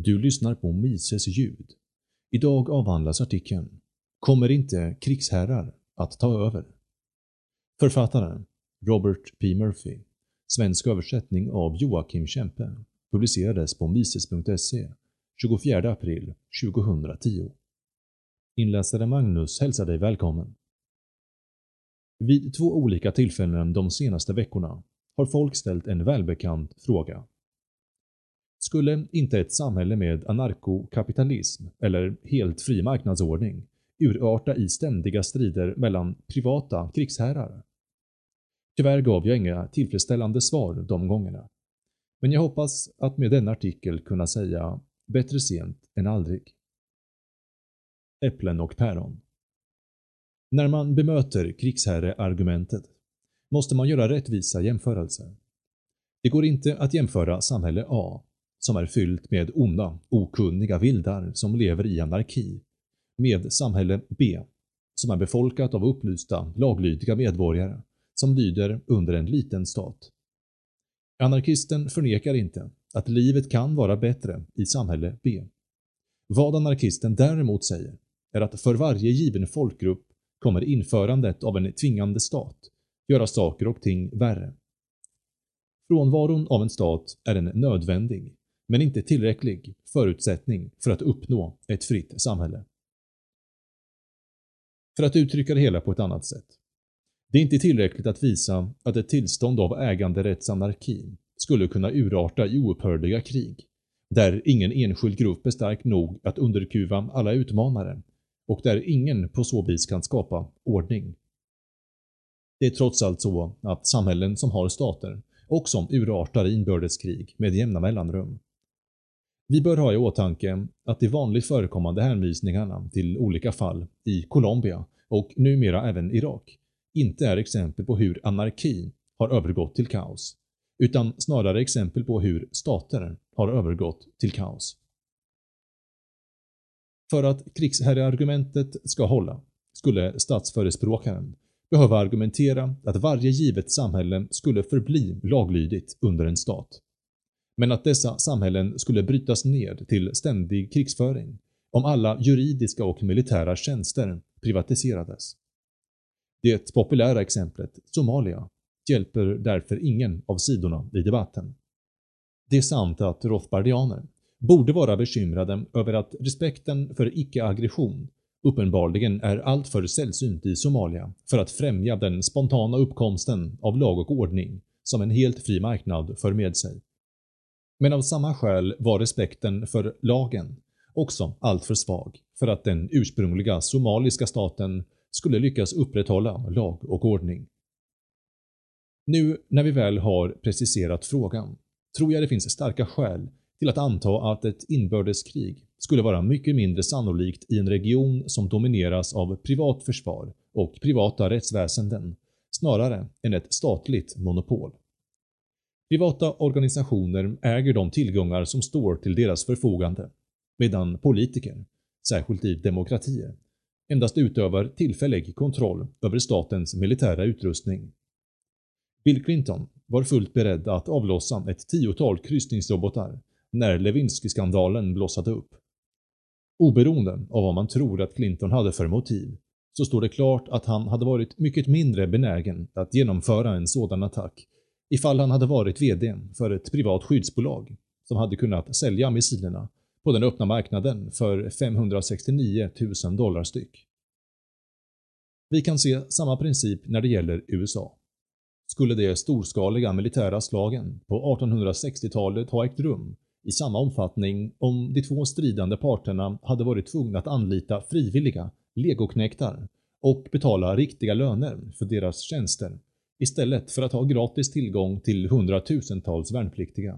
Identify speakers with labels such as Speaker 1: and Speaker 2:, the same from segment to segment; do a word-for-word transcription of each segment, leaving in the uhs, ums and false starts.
Speaker 1: Du lyssnar på Mises ljud. Idag avhandlas artikeln "Kommer inte krigsherrar att ta över?" Författaren Robert P. Murphy. Svensk översättning av Joakim Kempe. Publicerades på mises punkt se tjugofjärde april tjugohundratio. Inläsare Magnus hälsar dig välkommen. Vid två olika tillfällen de senaste veckorna har folk ställt en välbekant fråga. Skulle inte ett samhälle med anarkokapitalism eller helt fri marknadsordning urarta i ständiga strider mellan privata krigsherrar? Tyvärr gav jag inga tillfredsställande svar de gångerna. Men jag hoppas att med denna artikel kunna säga bättre sent än aldrig. Äpplen och päron. När man bemöter krigsherreargumentet måste man göra rättvisa jämförelser. Det går inte att jämföra samhälle A, som är fyllt med onda, okunniga vildar som lever i anarki, med samhälle B, som är befolkat av upplysta, laglydiga medborgare som lyder under en liten stat. Anarkisten förnekar inte att livet kan vara bättre i samhälle B. Vad anarkisten däremot säger är att för varje given folkgrupp kommer införandet av en tvingande stat göra saker och ting värre. Frånvaron av en stat är en nödvändig, men inte tillräcklig förutsättning för att uppnå ett fritt samhälle. För att uttrycka det hela på ett annat sätt. Det är inte tillräckligt att visa att ett tillstånd av äganderättsanarki skulle kunna urarta i oupphörliga krig, där ingen enskild grupp är stark nog att underkuva alla utmanare och där ingen på så vis kan skapa ordning. Det är trots allt så att samhällen som har stater också urartar i inbördeskrig med jämna mellanrum. Vi bör ha i åtanke att de vanligt förekommande hänvisningarna till olika fall i Colombia och numera även Irak inte är exempel på hur anarki har övergått till kaos, utan snarare exempel på hur stater har övergått till kaos. För att krigsherreargumentet ska hålla skulle statsförespråkaren behöva argumentera att varje givet samhälle skulle förbli laglydigt under en stat, men att dessa samhällen skulle brytas ned till ständig krigsföring om alla juridiska och militära tjänster privatiserades. Det populära exemplet, Somalia, hjälper därför ingen av sidorna i debatten. Det är sant att rothbardianer borde vara bekymrade över att respekten för icke-aggression uppenbarligen är allt för sällsynt i Somalia för att främja den spontana uppkomsten av lag och ordning som en helt fri marknad för med sig. Men av samma skäl var respekten för lagen också allt för svag för att den ursprungliga somaliska staten skulle lyckas upprätthålla lag och ordning. Nu när vi väl har preciserat frågan tror jag det finns starka skäl till att anta att ett inbördeskrig skulle vara mycket mindre sannolikt i en region som domineras av privat försvar och privata rättsväsenden snarare än ett statligt monopol. Privata organisationer äger de tillgångar som står till deras förfogande, medan politiker, särskilt i demokratier, endast utövar tillfällig kontroll över statens militära utrustning. Bill Clinton var fullt beredd att avlossa ett tiotal kryssningsrobotar när Lewinsky-skandalen blossade upp. Oberoende av vad man tror att Clinton hade för motiv, så står det klart att han hade varit mycket mindre benägen att genomföra en sådan attack ifall han hade varit vd för ett privat skyddsbolag som hade kunnat sälja missilerna på den öppna marknaden för femhundrasextionio tusen dollar styck. Vi kan se samma princip när det gäller U S A. Skulle de storskaliga militära slagen på artonhundrasextiotalet ha ägt rum i samma omfattning om de två stridande parterna hade varit tvungna att anlita frivilliga legoknektar och betala riktiga löner för deras tjänster istället för att ha gratis tillgång till hundratusentals värnpliktiga.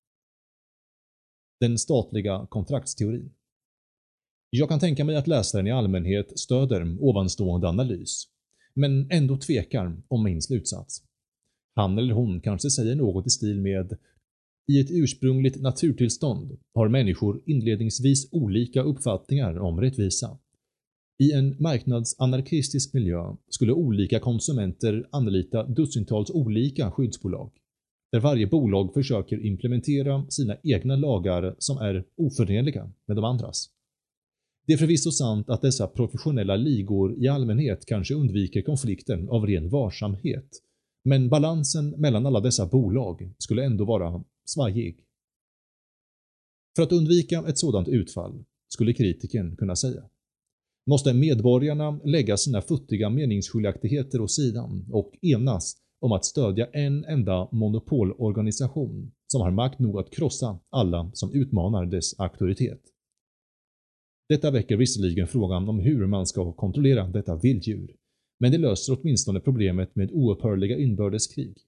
Speaker 1: Den statliga kontraktsteorin. Jag kan tänka mig att läsaren i allmänhet stöder ovanstående analys, men ändå tvekar om min slutsats. Han eller hon kanske säger något i stil med: i ett ursprungligt naturtillstånd har människor inledningsvis olika uppfattningar om rättvisa. I en marknadsanarkistisk miljö skulle olika konsumenter anlita dussintals olika skyddsbolag. där varje bolag försöker implementera sina egna lagar som är oförenliga med de andras. Det är förvisso sant att dessa professionella ligor i allmänhet kanske undviker konflikten av ren varsamhet, men balansen mellan alla dessa bolag skulle ändå vara svajig. För att undvika ett sådant utfall, skulle kritiken kunna säga, måste medborgarna lägga sina futtiga meningsskiljaktigheter åt sidan och enas om att stödja en enda monopolorganisation som har makt nog att krossa alla som utmanar dess auktoritet. Detta väcker visserligen frågan om hur man ska kontrollera detta vilddjur, men det löser åtminstone problemet med oupphörliga inbördeskrig.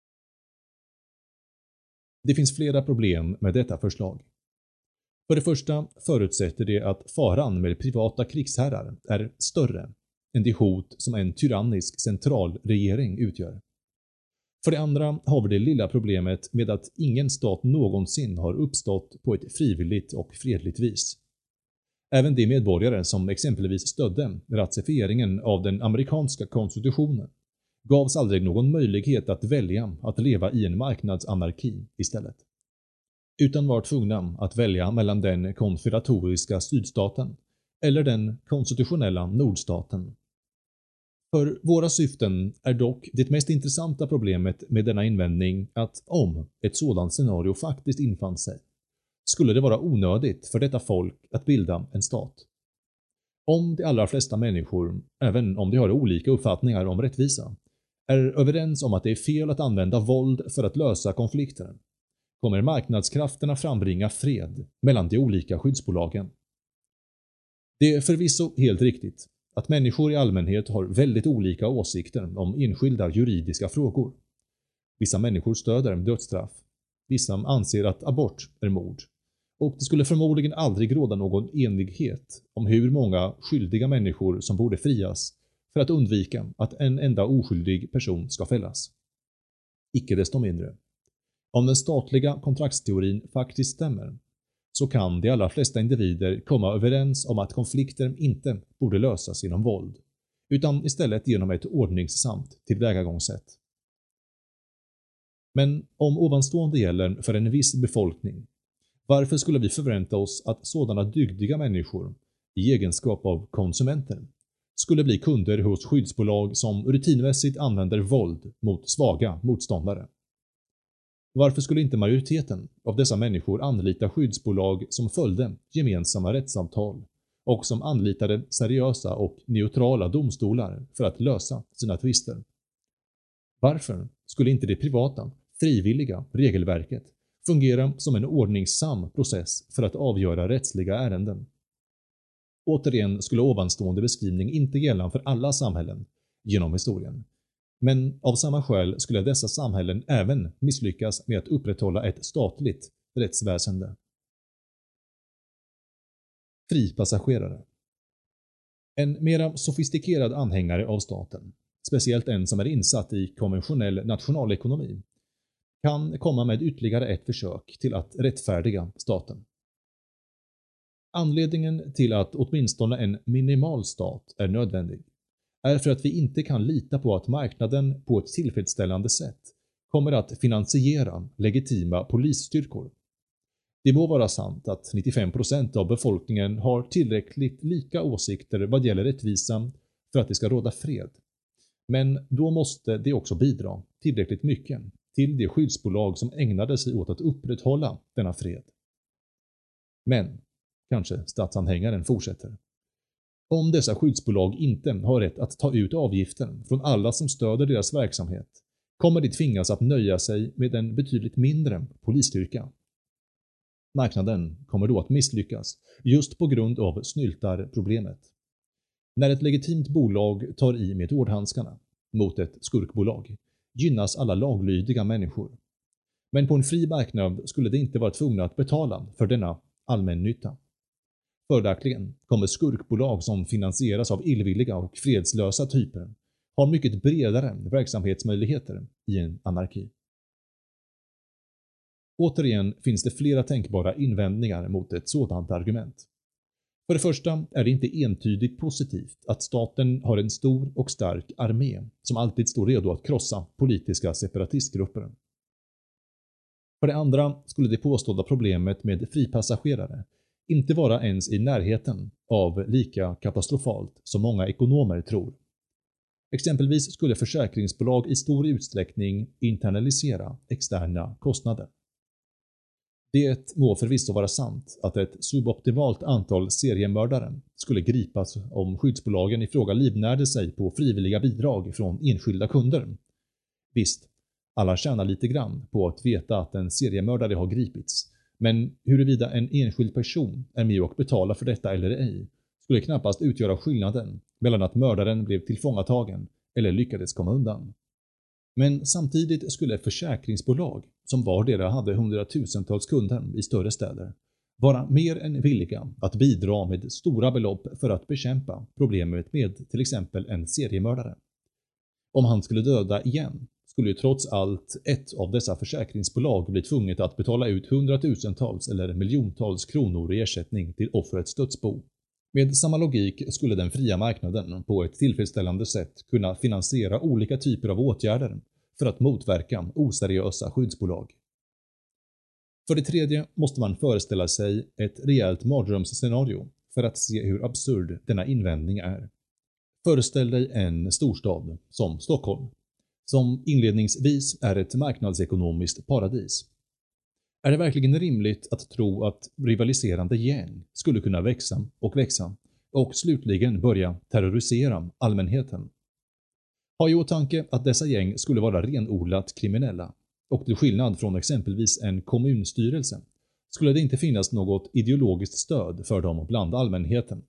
Speaker 1: Det finns flera problem med detta förslag. För det första förutsätter det att faran med privata krigsherrar är större än det hot som en tyrannisk centralregering utgör. För det andra har vi det lilla problemet med att ingen stat någonsin har uppstått på ett frivilligt och fredligt vis. Även de medborgare som exempelvis stödde ratificeringen av den amerikanska konstitutionen gavs aldrig någon möjlighet att välja att leva i en marknadsanarki istället, utan var tvungna att välja mellan den konfederatoriska sydstaten eller den konstitutionella nordstaten. För våra syften är dock det mest intressanta problemet med denna invändning att om ett sådant scenario faktiskt infann sig, skulle det vara onödigt för detta folk att bilda en stat. Om de allra flesta människor, även om de har olika uppfattningar om rättvisa, är överens om att det är fel att använda våld för att lösa konflikter, kommer marknadskrafterna frambringa fred mellan de olika skyddsbolagen. Det är förvisso helt riktigt att människor i allmänhet har väldigt olika åsikter om enskilda juridiska frågor. Vissa människor stöder dödsstraff, vissa anser att abort är mord, och det skulle förmodligen aldrig råda någon enighet om hur många skyldiga människor som borde frias för att undvika att en enda oskyldig person ska fällas. Icke desto mindre. Om den statliga kontraktsteorin faktiskt stämmer, så kan de allra flesta individer komma överens om att konflikter inte borde lösas genom våld, utan istället genom ett ordningsamt tillvägagångssätt. Men om ovanstående gäller för en viss befolkning, varför skulle vi förvänta oss att sådana dygdiga människor, i egenskap av konsumenter, skulle bli kunder hos skyddsbolag som rutinmässigt använder våld mot svaga motståndare? Varför skulle inte majoriteten av dessa människor anlita skyddsbolag som följde gemensamma rättsavtal och som anlitade seriösa och neutrala domstolar för att lösa sina tvister? Varför skulle inte det privata, frivilliga regelverket fungera som en ordningsam process för att avgöra rättsliga ärenden? Återigen skulle ovanstående beskrivning inte gälla för alla samhällen genom historien. Men av samma skäl skulle dessa samhällen även misslyckas med att upprätthålla ett statligt rättsväsende. Fripassagerare. En mera sofistikerad anhängare av staten, speciellt en som är insatt i konventionell nationalekonomi, kan komma med ytterligare ett försök till att rättfärdiga staten. Anledningen till att åtminstone en minimal stat är nödvändig är för att vi inte kan lita på att marknaden på ett tillfredsställande sätt kommer att finansiera legitima polisstyrkor. Det må vara sant att nittiofem procent av befolkningen har tillräckligt lika åsikter vad gäller rättvisa för att det ska råda fred. Men då måste det också bidra tillräckligt mycket till de skyddsbolag som ägnade sig åt att upprätthålla denna fred. Men, kanske statsanhängaren fortsätter, om dessa skyddsbolag inte har rätt att ta ut avgifter från alla som stöder deras verksamhet, kommer de tvingas att nöja sig med en betydligt mindre polisstyrka. Marknaden kommer då att misslyckas just på grund av snyltarproblemet. När ett legitimt bolag tar i med hårdhandskarna mot ett skurkbolag gynnas alla laglydiga människor. Men på en fri marknad skulle det inte vara tvungna att betala för denna allmännytta. Följaktligen kommer skurkbolag som finansieras av illvilliga och fredslösa typer ha mycket bredare verksamhetsmöjligheter i en anarki. Återigen finns det flera tänkbara invändningar mot ett sådant argument. För det första är det inte entydigt positivt att staten har en stor och stark armé som alltid står redo att krossa politiska separatistgrupper. För det andra skulle det påstådda problemet med fripassagerare inte vara ens i närheten av lika katastrofalt som många ekonomer tror. Exempelvis skulle försäkringsbolag i stor utsträckning internalisera externa kostnader. Det må förvisso vara sant att ett suboptimalt antal seriemördare skulle gripas om skyddsbolagen i fråga livnärde sig på frivilliga bidrag från enskilda kunder. Visst, alla tjänar lite grann på att veta att en seriemördare har gripits, men huruvida en enskild person är med och betalar för detta eller ej skulle knappast utgöra skillnaden mellan att mördaren blev tillfångatagen eller lyckades komma undan. Men samtidigt skulle försäkringsbolag, som vardera hade hundratusentals kunder i större städer, vara mer än villiga att bidra med stora belopp för att bekämpa problemet med till exempel en seriemördare. Om han skulle döda igen skulle ju trots allt ett av dessa försäkringsbolag bli tvunget att betala ut hundratusentals eller miljontals kronor i ersättning till offrets dödsbo. Med samma logik skulle den fria marknaden på ett tillfredsställande sätt kunna finansiera olika typer av åtgärder för att motverka oseriösa skyddsbolag. För det tredje måste man föreställa sig ett rejält mardrömsscenario för att se hur absurd denna invändning är. Föreställ dig en storstad som Stockholm, som inledningsvis är ett marknadsekonomiskt paradis. Är det verkligen rimligt att tro att rivaliserande gäng skulle kunna växa och växa och slutligen börja terrorisera allmänheten? Ha i åtanke att dessa gäng skulle vara renodlat kriminella, och till skillnad från exempelvis en kommunstyrelse skulle det inte finnas något ideologiskt stöd för dem bland allmänheten.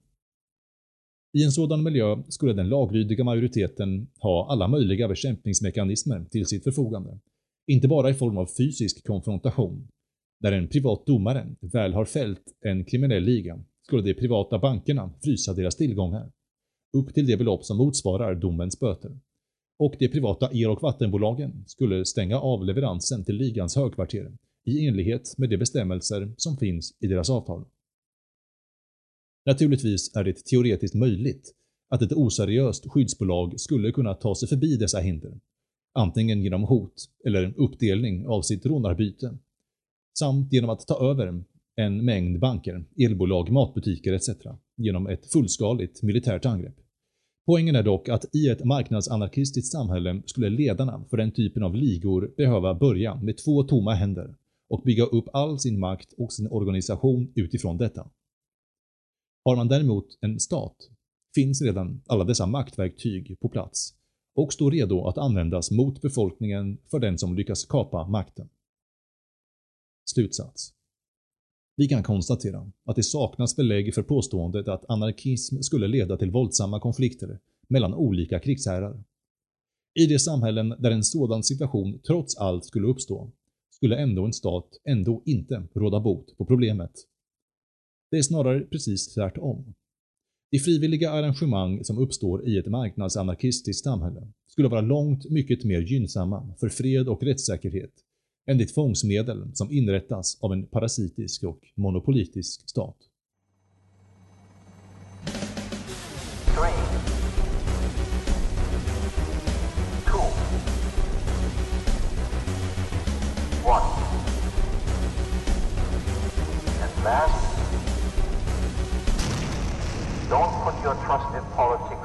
Speaker 1: I en sådan miljö skulle den laglydiga majoriteten ha alla möjliga bekämpningsmekanismer till sitt förfogande, inte bara i form av fysisk konfrontation. När en privat domare väl har fällt en kriminell liga skulle de privata bankerna frysa deras tillgångar upp till det belopp som motsvarar domens böter, och de privata el- och vattenbolagen skulle stänga av leveransen till ligans högkvarter i enlighet med de bestämmelser som finns i deras avtal. Naturligtvis är det teoretiskt möjligt att ett oseriöst skyddsbolag skulle kunna ta sig förbi dessa hinder, antingen genom hot eller en uppdelning av sitt rånarbyte, samt genom att ta över en mängd banker, elbolag, matbutiker et cetera genom ett fullskaligt militärt angrepp. Poängen är dock att i ett marknadsanarkistiskt samhälle skulle ledarna för den typen av ligor behöva börja med två tomma händer och bygga upp all sin makt och sin organisation utifrån detta. Har man däremot en stat finns redan alla dessa maktverktyg på plats och står redo att användas mot befolkningen för den som lyckas kapa makten. Slutsats. Vi kan konstatera att det saknas belägg för påståendet att anarkism skulle leda till våldsamma konflikter mellan olika krigsherrar. I de samhällen där en sådan situation trots allt skulle uppstå skulle ändå en stat ändå inte råda bot på problemet. Det är snarare precis tvärtom. De frivilliga arrangemang som uppstår i ett marknadsanarkistiskt samhälle skulle vara långt mycket mer gynnsamma för fred och rättssäkerhet än de tvångsmedel som inrättas av en parasitisk och monopolitisk stat.
Speaker 2: Three, two, one. At last, don't put your trust in politics